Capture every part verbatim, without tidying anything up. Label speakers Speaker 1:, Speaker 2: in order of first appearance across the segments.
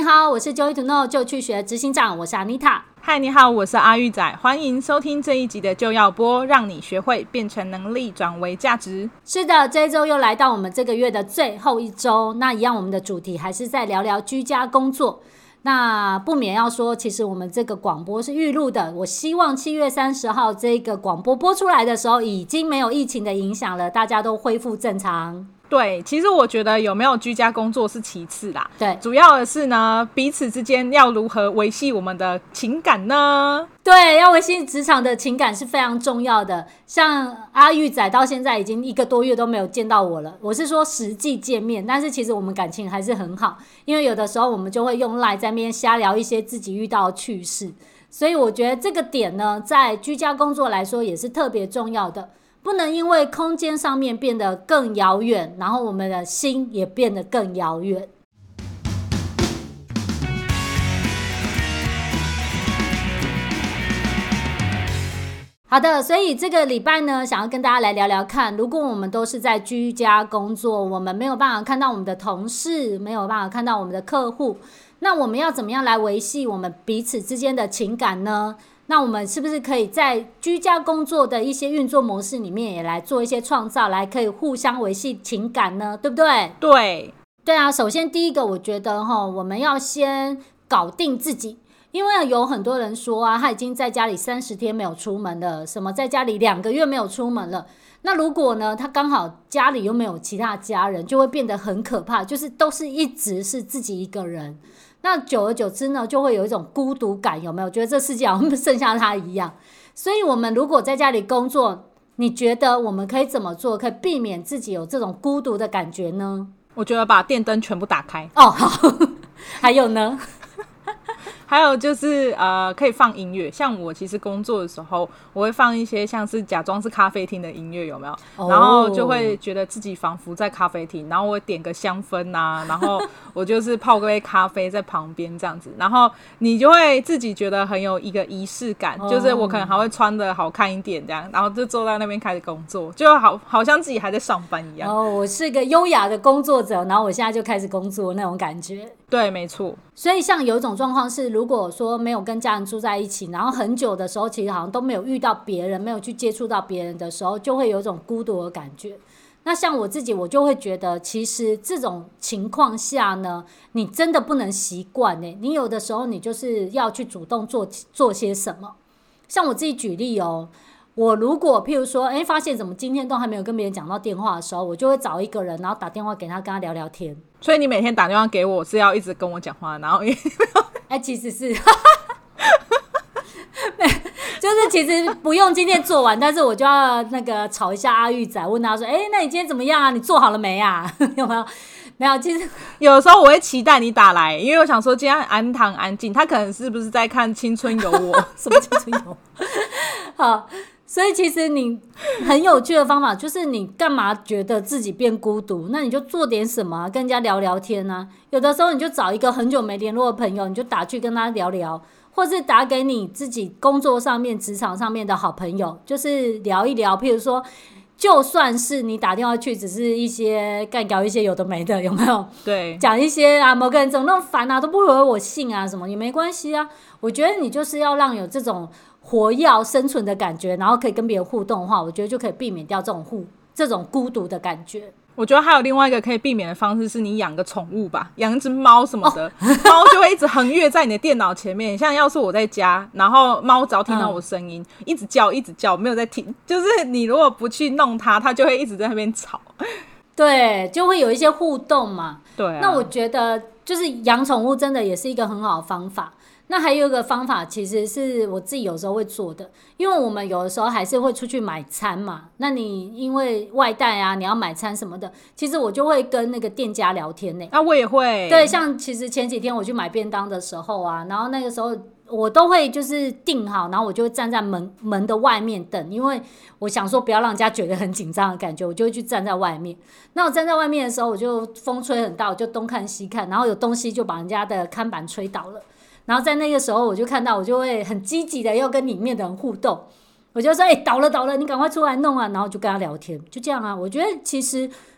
Speaker 1: 好，我是 Joy to Know 就去学执行长，我是 Anita。
Speaker 2: 嗨，你好，我是阿玉仔，欢迎收听这一集的就要播，让你学会变成能力转为价值。
Speaker 1: 是的，这一周又来到我们这个月的最后一周，那一样我们的主题还是在聊聊居家工作。那不免要说，其实我们这个广播是预录的，我希望七月三十号这个广播播出来的时候，已经没有疫情的影响了，大家都恢复正常。
Speaker 2: 对，其实我觉得有没有居家工作是其次啦，
Speaker 1: 对，
Speaker 2: 主要的是呢，彼此之间要如何维系我们的情感呢？
Speaker 1: 对，要维系职场的情感是非常重要的。像阿玉仔到现在已经一个多月都没有见到我了，我是说实际见面，但是其实我们感情还是很好，因为有的时候我们就会用 LINE 在那边瞎聊一些自己遇到的趣事，所以我觉得这个点呢，在居家工作来说也是特别重要的。不能因为空间上面变得更遥远，然后我们的心也变得更遥远。好的，所以这个礼拜呢，想要跟大家来聊聊看，如果我们都是在居家工作，我们没有办法看到我们的同事，没有办法看到我们的客户，那我们要怎么样来维系我们彼此之间的情感呢？那我们是不是可以在居家工作的一些运作模式里面也来做一些创造，来可以互相维系情感呢？对不对？
Speaker 2: 对，
Speaker 1: 对啊。首先第一个，我觉得齁，我们要先搞定自己，因为有很多人说啊，他已经在家里三十天没有出门了，什么在家里两个月没有出门了。那如果呢，他刚好家里又没有其他家人，就会变得很可怕，就是都是一直是自己一个人。那久而久之呢，就会有一种孤独感，有没有？觉得这世界好像剩下他一样。所以我们如果在家里工作，你觉得我们可以怎么做，可以避免自己有这种孤独的感觉呢？
Speaker 2: 我觉得把电灯全部打开。
Speaker 1: 哦，好。还有呢？
Speaker 2: 还有就是呃，可以放音乐。像我其实工作的时候，我会放一些像是假装是咖啡厅的音乐，有没有？哦、然后就会觉得自己仿佛在咖啡厅，然后我点个香氛啊，然后我就是泡杯咖啡在旁边这样子，然后你就会自己觉得很有一个仪式感，哦、就是我可能还会穿得好看一点这样，然后就坐在那边开始工作，就好好像自己还在上班一样。
Speaker 1: 哦，我是个优雅的工作者，然后我现在就开始工作那种感觉。
Speaker 2: 对，没错。
Speaker 1: 所以像有一种状况是，如果说没有跟家人住在一起，然后很久的时候，其实好像都没有遇到别人，没有去接触到别人的时候，就会有一种孤独的感觉。那像我自己，我就会觉得，其实这种情况下呢，你真的不能习惯欸，你有的时候你就是要去主动做做些什么。像我自己举例哦。我如果譬如说，哎，发现怎么今天都还没有跟别人讲到电话的时候，我就会找一个人，然后打电话给他，跟他聊聊天。
Speaker 2: 所以你每天打电话给我是要一直跟我讲话，然后
Speaker 1: 哎，其实是，就是其实不用今天做完，但是我就要那个吵一下阿玉仔，问他说，哎，那你今天怎么样啊？你做好了没啊？有没有？没有，其实
Speaker 2: 有的时候我会期待你打来，因为我想说今天安堂安静，他可能是不是在看《青春有我》？
Speaker 1: 什么青春有我？好。所以其实你很有趣的方法就是你干嘛觉得自己变孤独，那你就做点什么、啊、跟人家聊聊天啊。有的时候你就找一个很久没联络的朋友，你就打去跟他聊聊，或是打给你自己工作上面职场上面的好朋友，就是聊一聊。譬如说就算是你打电话去只是一些干搞一些有的没的，有没有？
Speaker 2: 对，
Speaker 1: 讲一些啊某个人怎么那么烦啊，都不回我信啊什么也没关系啊。我觉得你就是要让有这种活跃生存的感觉，然后可以跟别人互动的话，我觉得就可以避免掉这种互这种孤独的感觉。
Speaker 2: 我觉得还有另外一个可以避免的方式是你养个宠物吧，养一只猫什么的，猫、哦、就会一直横越在你的电脑前面。像要是我在家，然后猫只要听到我声音、嗯、一直叫一直叫没有在停，就是你如果不去弄它，它就会一直在那边吵。
Speaker 1: 对，就会有一些互动嘛。
Speaker 2: 对、啊，
Speaker 1: 那我觉得就是养宠物真的也是一个很好的方法。那还有一个方法其实是我自己有时候会做的，因为我们有的时候还是会出去买餐嘛，那你因为外带啊，你要买餐什么的，其实我就会跟那个店家聊天呢、欸。
Speaker 2: 啊，我也会。
Speaker 1: 对，像其实前几天我去买便当的时候啊，然后那个时候我都会就是订好，然后我就会站在门门的外面等，因为我想说不要让人家觉得很紧张的感觉，我就会去站在外面。那我站在外面的时候，我就风吹很大，我就东看西看，然后有东西就把人家的看板吹倒了。然后在那个时候我就看到，我就会很积极的要跟里面的人互动，我就说哎、欸，倒了倒了，你赶快出来弄啊，然后就跟他聊天，就这样啊。我觉得其实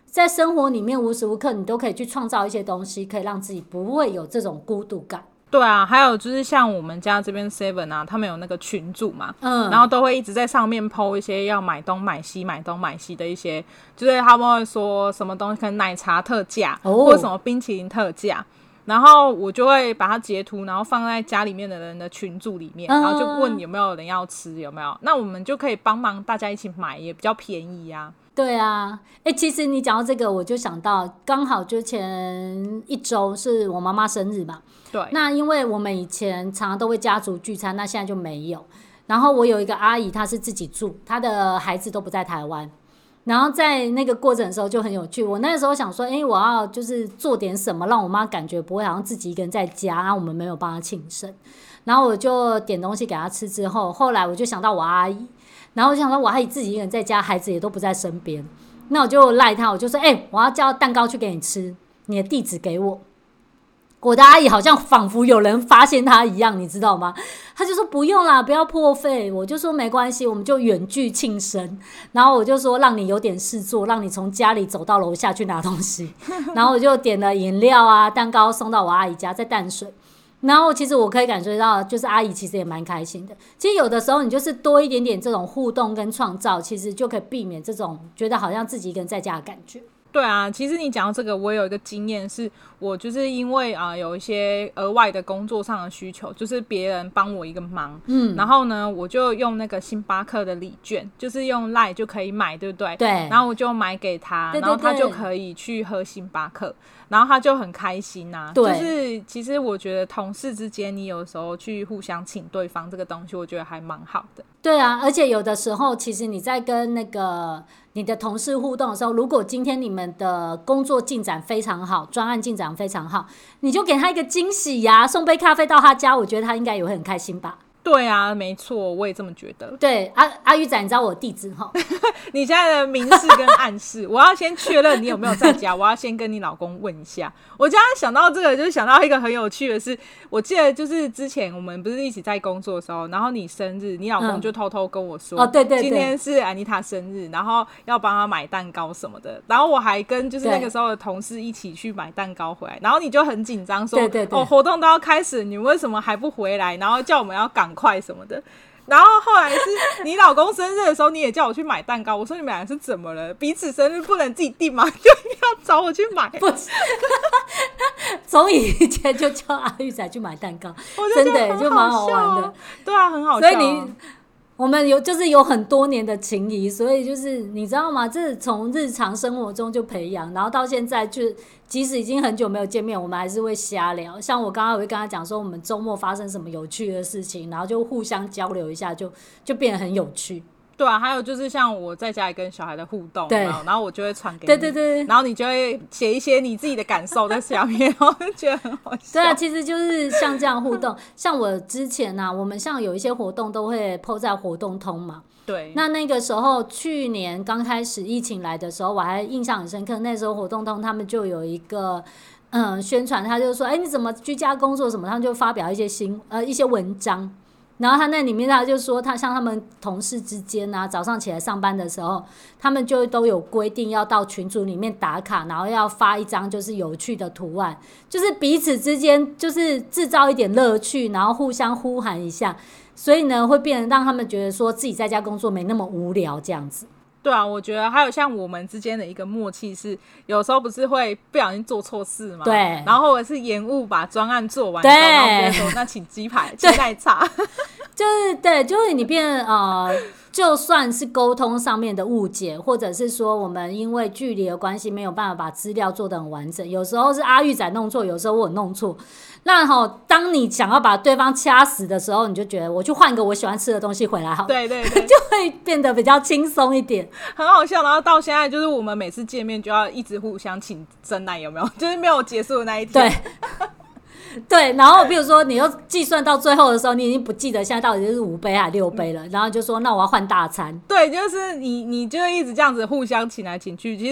Speaker 1: 在生活里面无时无刻你都可以去创造一些东西，可以让自己不会有这种孤独感。
Speaker 2: 对啊，还有就是像我们家这边 seven 啊，他们有那个群组嘛，
Speaker 1: 嗯，
Speaker 2: 然后都会一直在上面 po 一些要买东买西买东买西的一些，就是他们会说什么东西，可能奶茶特价、哦、或者什么冰淇淋特价，然后我就会把它截图，然后放在家里面的人的群组里面、嗯、然后就问有没有人要吃，有没有，那我们就可以帮忙大家一起买，也比较便宜啊。
Speaker 1: 对啊，哎，其实你讲到这个，我就想到刚好就前一周是我妈妈生日嘛。
Speaker 2: 对。
Speaker 1: 那因为我们以前常常都会家族聚餐，那现在就没有。然后我有一个阿姨，她是自己住，她的孩子都不在台湾。然后在那个过程的时候就很有趣。我那个时候想说，哎，我要就是做点什么，让我妈感觉不会好像自己一个人在家，然后我们没有帮她庆生。然后我就点东西给她吃之后，后来我就想到我阿姨。然后我想说我阿姨自己一个人在家，孩子也都不在身边，那我就赖她，我就说哎、欸，我要叫蛋糕去给你吃，你的地址给我。我的阿姨好像仿佛有人发现她一样，你知道吗？她就说不用啦，不要破费。我就说没关系，我们就远距庆生。然后我就说让你有点事做，让你从家里走到楼下去拿东西。然后我就点了饮料啊蛋糕送到我阿姨家，在淡水。然后其实我可以感觉到，就是阿姨其实也蛮开心的。其实有的时候你就是多一点点这种互动跟创造，其实就可以避免这种觉得好像自己一个人在家的感觉。
Speaker 2: 对啊，其实你讲到这个，我有一个经验，是我就是因为啊、呃、有一些额外的工作上的需求，就是别人帮我一个忙，嗯，然后呢，我就用那个星巴克的礼券，就是用 LINE 就可以买，对不对？
Speaker 1: 对。
Speaker 2: 然后我就买给他，对对对，然后他就可以去喝星巴克，然后他就很开心啊。对。就是其实我觉得同事之间，你有时候去互相请对方这个东西，我觉得还蛮好的。
Speaker 1: 对啊，而且有的时候，其实你在跟那个你的同事互动的时候，如果今天你们的工作进展非常好，专案进展非常好，你就给他一个惊喜呀、啊，送杯咖啡到他家，我觉得他应该也会很开心吧。
Speaker 2: 对啊，没错，我也这么觉得。
Speaker 1: 对，阿阿玉仔，你知道我的地址哈？
Speaker 2: 你现在的明示跟暗示，我要先确认你有没有在家，我要先跟你老公问一下。我刚刚想到这个，就是想到一个很有趣的是，我记得就是之前我们不是一起在工作的时候，然后你生日，你老公就偷偷跟我说，嗯、哦，对对对，今天是安妮塔生日，然后要帮她买蛋糕什么的，然后我还跟就是那个时候的同事一起去买蛋糕回来，然后你就很紧张说，对对对，哦，活动都要开始，你为什么还不回来？然后叫我们要赶快什么的。然后后来是你老公生日的时候，你也叫我去买蛋糕。我说你们俩是怎么了？彼此生日不能自己订吗？就要找我去买？不是，
Speaker 1: 从以前就叫阿玉仔去买蛋糕，真的就蛮好玩的。
Speaker 2: 对啊，很好笑。
Speaker 1: 所以你我们有就是有很多年的情谊，所以就是你知道吗？这从日常生活中就培养，然后到现在就即使已经很久没有见面，我们还是会瞎聊。像我刚刚我会跟他讲说，我们周末发生什么有趣的事情，然后就互相交流一下，就就变得很有趣。
Speaker 2: 对啊，还有就是像我在家里跟小孩的互动，对，然后我就会传给你，
Speaker 1: 对对对，
Speaker 2: 然后你就会写一些你自己的感受在下面，然后就觉得很好笑。
Speaker 1: 对啊，其实就是像这样互动。像我之前啊，我们像有一些活动都会 po 在活动通嘛。
Speaker 2: 对。
Speaker 1: 那那个时候，去年刚开始疫情来的时候，我还印象很深刻。那时候活动通他们就有一个嗯宣传，他就说，哎，你怎么居家工作什么，他们就发表一些新呃一些文章。然后他那里面他就说，他像他们同事之间啊，早上起来上班的时候，他们就都有规定要到群组里面打卡，然后要发一张就是有趣的图案，就是彼此之间就是制造一点乐趣，然后互相呼喊一下，所以呢会变得让他们觉得说自己在家工作没那么无聊这样子。
Speaker 2: 对啊，我觉得还有像我们之间的一个默契是，有时候不是会不小心做错事嘛，
Speaker 1: 对，
Speaker 2: 然后或者是延误把专案做完，对，然后别人说那请鸡排、请奶茶，
Speaker 1: 就是对，就是你变呃，就算是沟通上面的误解，或者是说我们因为距离的关系没有办法把资料做得很完整，有时候是阿玉仔弄错，有时候我弄错。那齁，当你想要把对方掐死的时候，你就觉得我去换个我喜欢吃的东西回来好了，
Speaker 2: 对对对，
Speaker 1: 就会变得比较轻松一点，
Speaker 2: 很好笑。然后到现在，就是我们每次见面就要一直互相请真奶，有没有？就是没有结束的那一天。
Speaker 1: 对。对，然后比如说你又计算到最后的时候，你已经不记得现在到底是五杯还是六杯了，然后就说那我要换大餐。
Speaker 2: 对，就是你你就一直这样子互相请来请去，其实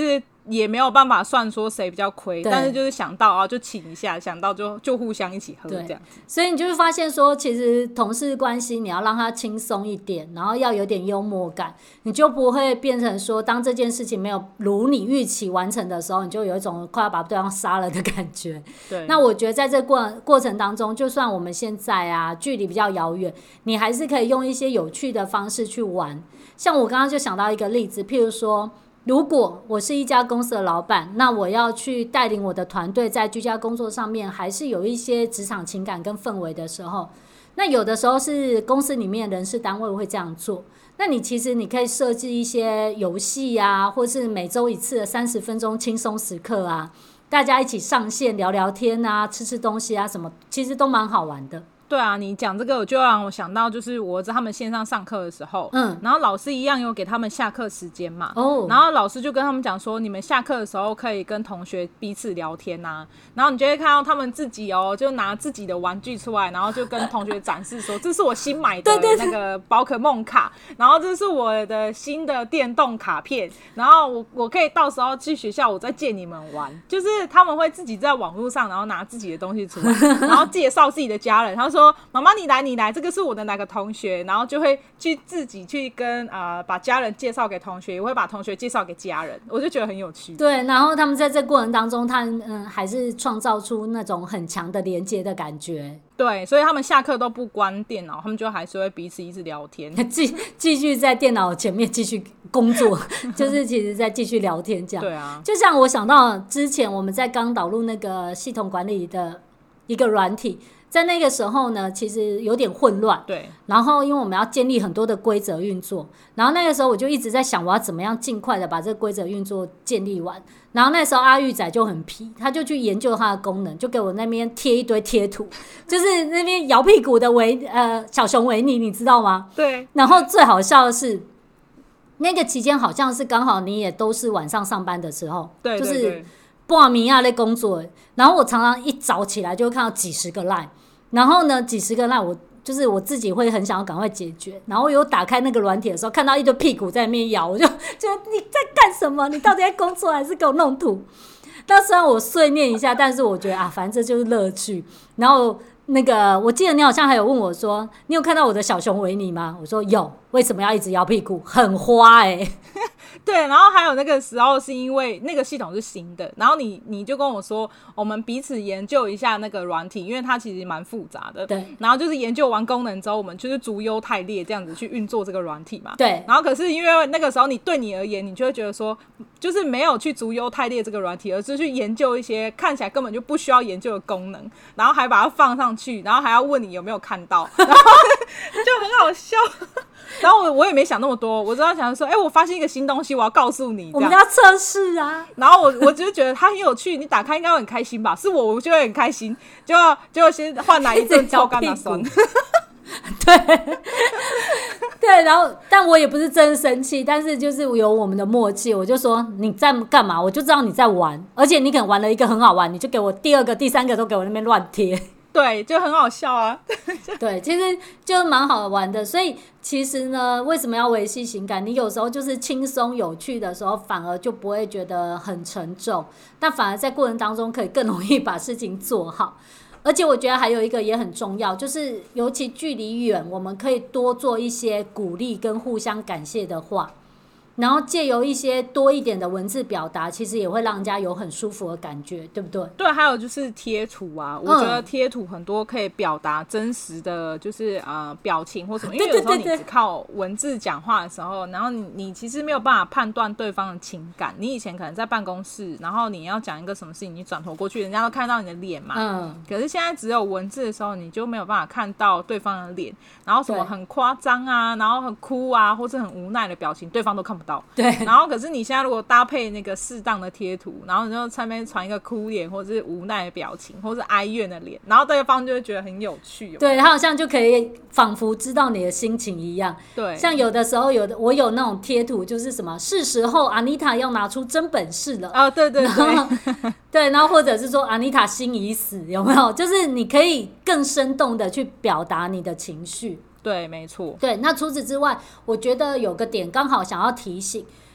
Speaker 2: 也没有办法算说谁比较亏，但是就是想到啊就请一下，想到就就互相一起喝这样子。
Speaker 1: 所以你就会发现说，其实同事关系你要让它轻松一点，然后要有点幽默感，你就不会变成说，当这件事情没有如你预期完成的时候，你就有一种快要把对方杀了的感觉。
Speaker 2: 对，
Speaker 1: 那我觉得在这过过程当中，就算我们现在啊距离比较遥远，你还是可以用一些有趣的方式去玩。像我刚刚就想到一个例子，譬如说，如果我是一家公司的老板，那我要去带领我的团队在居家工作上面还是有一些职场情感跟氛围的时候，那有的时候是公司里面人事单位会这样做，那你其实你可以设置一些游戏啊，或是每周一次的三十分钟轻松时刻啊，大家一起上线聊聊天啊，吃吃东西啊什么，其实都蛮好玩的。
Speaker 2: 对啊，你讲这个就让我想到，就是我在他们线上上课的时候，嗯，然后老师一样有给他们下课时间嘛，哦，然后老师就跟他们讲说，你们下课的时候可以跟同学彼此聊天啊，然后你就会看到他们自己哦，就拿自己的玩具出来，然后就跟同学展示说，这是我新买的那个宝可梦卡，然后这是我的新的电动卡片，然后我我可以到时候去学校我再借你们玩，就是他们会自己在网络上，然后拿自己的东西出来，然后介绍自己的家人，他说妈妈你来你来，这个是我的哪个同学，然后就会去自己去跟呃把家人介绍给同学，也会把同学介绍给家人，我就觉得很有趣。
Speaker 1: 对，然后他们在这过程当中，他嗯还是创造出那种很强的连接的感觉。
Speaker 2: 对，所以他们下课都不关电脑，他们就还是会彼此一直聊天，
Speaker 1: 继继续在电脑前面继续工作，就是其实在继续聊天这样。
Speaker 2: 对啊，
Speaker 1: 就像我想到之前我们在刚导入那个系统管理的一个软体。在那个时候呢，其实有点混乱。
Speaker 2: 对。
Speaker 1: 然后，因为我们要建立很多的规则运作，然后那个时候我就一直在想，我要怎么样尽快的把这个规则运作建立完。然后那时候阿玉仔就很皮，他就去研究它的功能，就给我那边贴一堆贴图，就是那边摇屁股的维呃小熊维尼，你知道吗？
Speaker 2: 对。
Speaker 1: 然后最好笑的是，那个期间好像是刚好你也都是晚上上班的时候，
Speaker 2: 对对对，
Speaker 1: 就是半暝啊在工作，然后我常常一早起来就会看到几十个 line。然后呢，几十个那我就是我自己会很想要赶快解决。然后有打开那个软体的时候，看到一堆屁股在那边摇，我就觉得你在干什么？你到底在工作还是给我弄图？那虽然我碎念一下，但是我觉得啊，反正这就是乐趣。然后那个，我记得你好像还有问我说，你有看到我的小熊维尼吗？我说有，为什么要一直摇屁股？很花哎、欸。
Speaker 2: 对，然后还有那个时候是因为那个系统是新的，然后你你就跟我说，我们彼此研究一下那个软体，因为它其实蛮复杂的。
Speaker 1: 对。
Speaker 2: 然后就是研究完功能之后，我们就是逐优汰劣这样子去运作这个软体嘛。
Speaker 1: 对。
Speaker 2: 然后可是因为那个时候你对你而言，你就会觉得说，就是没有去逐优汰劣这个软体，而是去研究一些看起来根本就不需要研究的功能，然后还把它放上去，然后还要问你有没有看到，然后就很好笑。然后 我, 我也没想那么多，我只要想说，哎、欸，我发现一个新东西，我要告诉你，
Speaker 1: 我们要测试啊。
Speaker 2: 然后我我就觉得它很有趣，你打开应该会很开心吧？是我，我就会很开心，就就先换来一顿超干打酸。
Speaker 1: 对对，然后但我也不是真生气，但是就是有我们的默契，我就说你在干嘛，我就知道你在玩，而且你可能玩了一个很好玩，你就给我第二个、第三个都给我那边乱贴。
Speaker 2: 对，就很好笑啊。
Speaker 1: 对，其实就蛮好玩的。所以其实呢，为什么要维系情感？你有时候就是轻松有趣的时候，反而就不会觉得很沉重，但反而在过程当中可以更容易把事情做好。而且我觉得还有一个也很重要，就是尤其距离远，我们可以多做一些鼓励跟互相感谢的话。然后借由一些多一点的文字表达，其实也会让人家有很舒服的感觉，对不对？
Speaker 2: 对，还有就是贴图啊，我觉得贴图很多可以表达真实的就是呃表情或什么，因为有时候你只靠文字讲话的时候，然后你你其实没有办法判断对方的情感。你以前可能在办公室，然后你要讲一个什么事情，你转头过去，人家都看到你的脸嘛。嗯。可是现在只有文字的时候，你就没有办法看到对方的脸，然后什么很夸张啊，然后很哭啊，或是很无奈的表情，对方都看不到。
Speaker 1: 对，
Speaker 2: 然后可是你现在如果搭配那个适当的贴图，然后你就上面传一个哭脸或者是无奈的表情或是哀怨的脸，然后对方就会觉得很有趣。有
Speaker 1: 对，他好像就可以仿佛知道你的心情一样。
Speaker 2: 对，
Speaker 1: 像有的时候有的我有那种贴图，就是什么是时候 Anita 要拿出真本事了
Speaker 2: 啊、哦，对对对
Speaker 1: 对，然后或者是说 Anita 心已死，有没有？就是你可以更生动的去表达你的情绪。
Speaker 2: 对，没错。
Speaker 1: 对，那除此之外，我觉得有个点刚好想要提醒，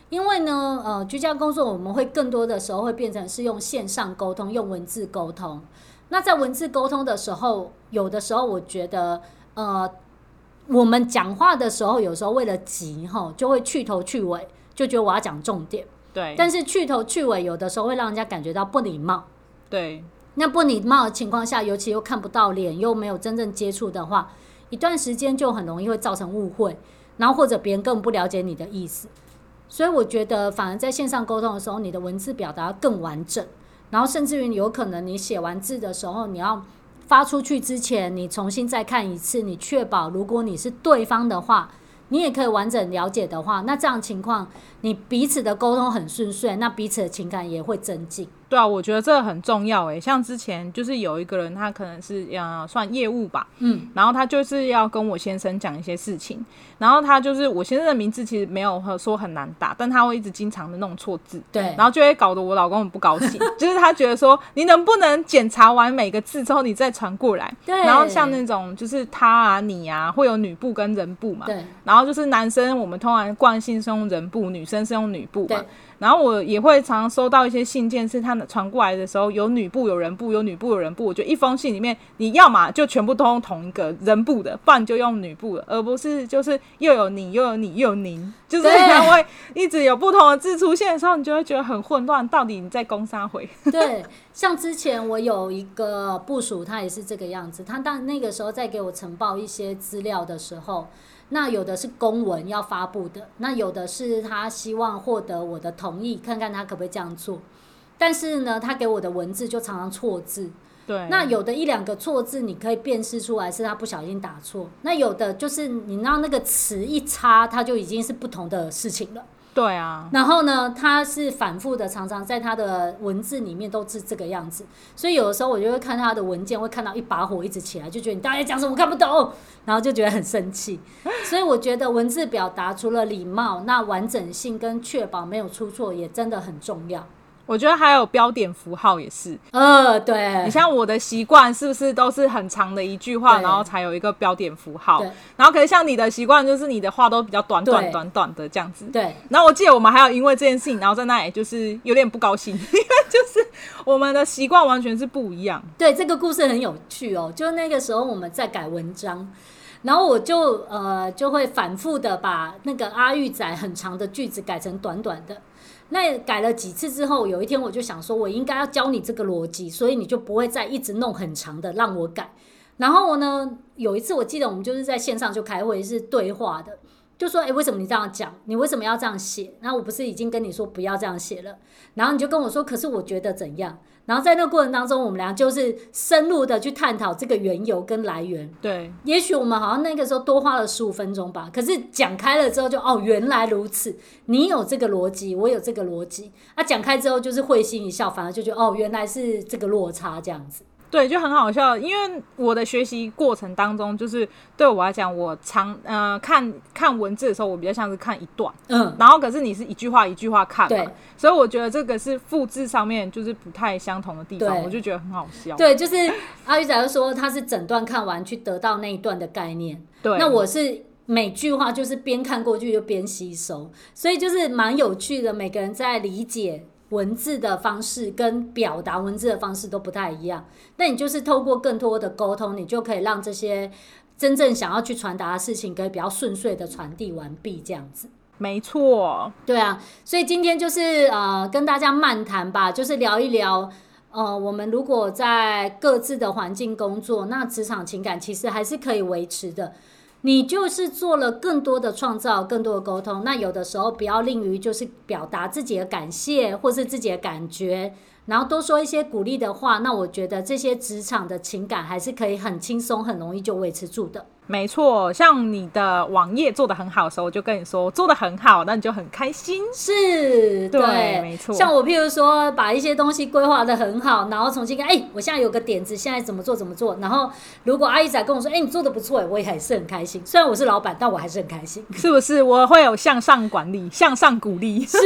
Speaker 1: 因为呢，呃，居家工作我们会更多的时候会变成是用线上沟通，用文字沟通。那在文字沟通的时候，有的时候我觉得，呃，我们讲话的时候，有时候为了急哈，就会去头去尾，就觉得我要讲重点。
Speaker 2: 对。
Speaker 1: 但是去头去尾，有的时候会让人家感觉到不礼貌。
Speaker 2: 对。
Speaker 1: 那不礼貌的情况下，尤其又看不到脸，又没有真正接触的话，一段时间就很容易会造成误会，然后或者别人根本不了解你的意思。所以我觉得，反而在线上沟通的时候，你的文字表达更完整，然后甚至于有可能你写完字的时候，你要发出去之前，你重新再看一次，你确保如果你是对方的话，你也可以完整了解的话，那这样情况，你彼此的沟通很顺遂，那彼此的情感也会增进。
Speaker 2: 对啊，我觉得这个很重要诶。像之前就是有一个人，他可能是呃算业务吧，嗯，然后他就是要跟我先生讲一些事情，然后他就是我先生的名字其实没有说很难打，但他会一直经常的弄错字，
Speaker 1: 对，
Speaker 2: 然后就会搞得我老公很不高兴，就是他觉得说你能不能检查完每个字之后你再传过来？
Speaker 1: 对，
Speaker 2: 然后像那种就是他啊你啊会有女部跟人部嘛，
Speaker 1: 对，
Speaker 2: 然后就是男生我们通常惯性是用人部，女生是用女部嘛。然后我也会常常收到一些信件，是他传过来的时候有女部有人部有女部有人部，我觉得一封信里面你要嘛就全部都用同一个人部的，不然就用女部的，而不是就是又有你又有你又有您，就是他会一直有不同的字出现的时候，你就会觉得很混乱，到底你在攻啥回？
Speaker 1: 对，像之前我有一个部属，他也是这个样子，他当那个时候在给我呈报一些资料的时候，那有的是公文要发布的，那有的是他希望获得我的同意，看看他可不可以这样做。但是呢，他给我的文字就常常错字。
Speaker 2: 对。
Speaker 1: 那有的一两个错字，你可以辨识出来是他不小心打错。那有的就是你让那个词一插，它就已经是不同的事情了。
Speaker 2: 对啊，
Speaker 1: 然后呢，他是反复的，常常在他的文字里面都是这个样子，所以有的时候我就会看他的文件，会看到一把火一直起来，就觉得你到底在讲什么，我看不懂，然后就觉得很生气。所以我觉得文字表达除了礼貌，那完整性跟确保没有出错也真的很重要。
Speaker 2: 我觉得还有标点符号也是，
Speaker 1: 呃，对，
Speaker 2: 你像我的习惯是不是都是很长的一句话，然后才有一个标点符号？然后可是像你的习惯就是你的话都比较短短短短的这样子。
Speaker 1: 对。
Speaker 2: 然后我记得我们还有因为这件事情，然后在那里就是有点不高兴，因为就是我们的习惯完全是不一样。
Speaker 1: 对，这个故事很有趣哦，就那个时候我们在改文章。然后我就呃就会反复的把那个阿玉仔很长的句子改成短短的。那改了几次之后，有一天我就想说，我应该要教你这个逻辑，所以你就不会再一直弄很长的让我改。然后呢，有一次我记得我们就是在线上就开会，是对话的，就说，哎，为什么你这样讲？你为什么要这样写？然后我不是已经跟你说不要这样写了？然后你就跟我说，可是我觉得怎样？然后在那个过程当中，我们俩就是深入的去探讨这个缘由跟来源。
Speaker 2: 对，
Speaker 1: 也许我们好像那个时候多花了十五分钟吧，可是讲开了之后就哦，原来如此，你有这个逻辑，我有这个逻辑。啊，讲开之后就是会心一笑，反而就觉得哦，原来是这个落差这样子。
Speaker 2: 对，就很好笑，因为我的学习过程当中，就是对我来讲，我常呃看看文字的时候，我比较像是看一段，嗯，然后可是你是一句话一句话看嘛，对，所以我觉得这个是复制上面就是不太相同的地方，我就觉得很好笑。
Speaker 1: 对，就是阿玉仔就说他是整段看完去得到那一段的概念，对，那我是每句话就是边看过去就边吸收，所以就是蛮有趣的，每个人在理解文字的方式跟表达文字的方式都不太一样，那你就是透过更多的沟通，你就可以让这些真正想要去传达的事情可以比较顺遂的传递完毕这样子。
Speaker 2: 没错，
Speaker 1: 对啊，所以今天就是呃跟大家漫谈吧，就是聊一聊呃我们如果在各自的环境工作，那职场情感其实还是可以维持的。你就是做了更多的创造，更多的沟通，那有的时候不要吝于就是表达自己的感谢或是自己的感觉，然后多说一些鼓励的话，那我觉得这些职场的情感还是可以很轻松很容易就维持住的。
Speaker 2: 没错，像你的网页做得很好的时候，我就跟你说做得很好，那你就很开心。
Speaker 1: 是， 对,
Speaker 2: 对，没错。
Speaker 1: 像我譬如说把一些东西规划得很好，然后重新看，哎、欸，我现在有个点子，现在怎么做怎么做，然后如果阿姨仔跟我说，哎、欸，你做得不错，我也还是很开心。虽然我是老板，但我还是很开心。
Speaker 2: 是不是？我会有向上管理，向上鼓励。
Speaker 1: 是，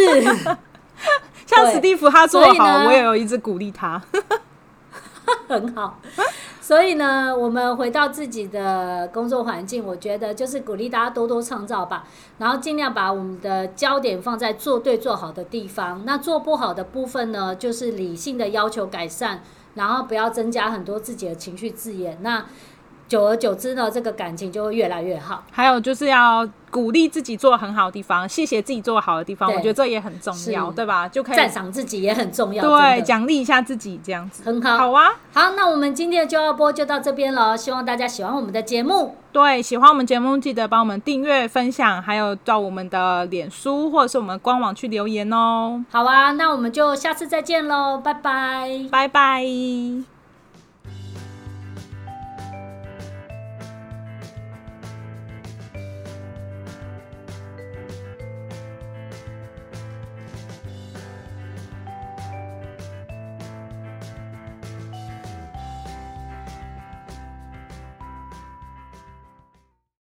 Speaker 1: 像
Speaker 2: 史蒂夫他做得好，我也有一直鼓励他。
Speaker 1: 很好。 所以呢，我们回到自己的工作环境，我觉得就是鼓励大家多多创造吧，然后尽量把我们的焦点放在做对做好的地方。那做不好的部分呢，就是理性的要求改善，然后不要增加很多自己的情绪字眼。那久而久之呢，这个感情就会越来越好。
Speaker 2: 还有就是要鼓励自己做得很好的地方，谢谢自己做得好的地方，我觉得这也很重要，对吧？就可以
Speaker 1: 赞赏自己也很重要，
Speaker 2: 对，奖励一下自己，这样子
Speaker 1: 很好。
Speaker 2: 好啊，
Speaker 1: 好，那我们今天的就要播就到这边了，希望大家喜欢我们的节目。
Speaker 2: 对，喜欢我们节目记得帮我们订阅、分享，还有到我们的脸书或者是我们官网去留言哦。
Speaker 1: 好啊，那我们就下次再见喽，拜拜，
Speaker 2: 拜拜。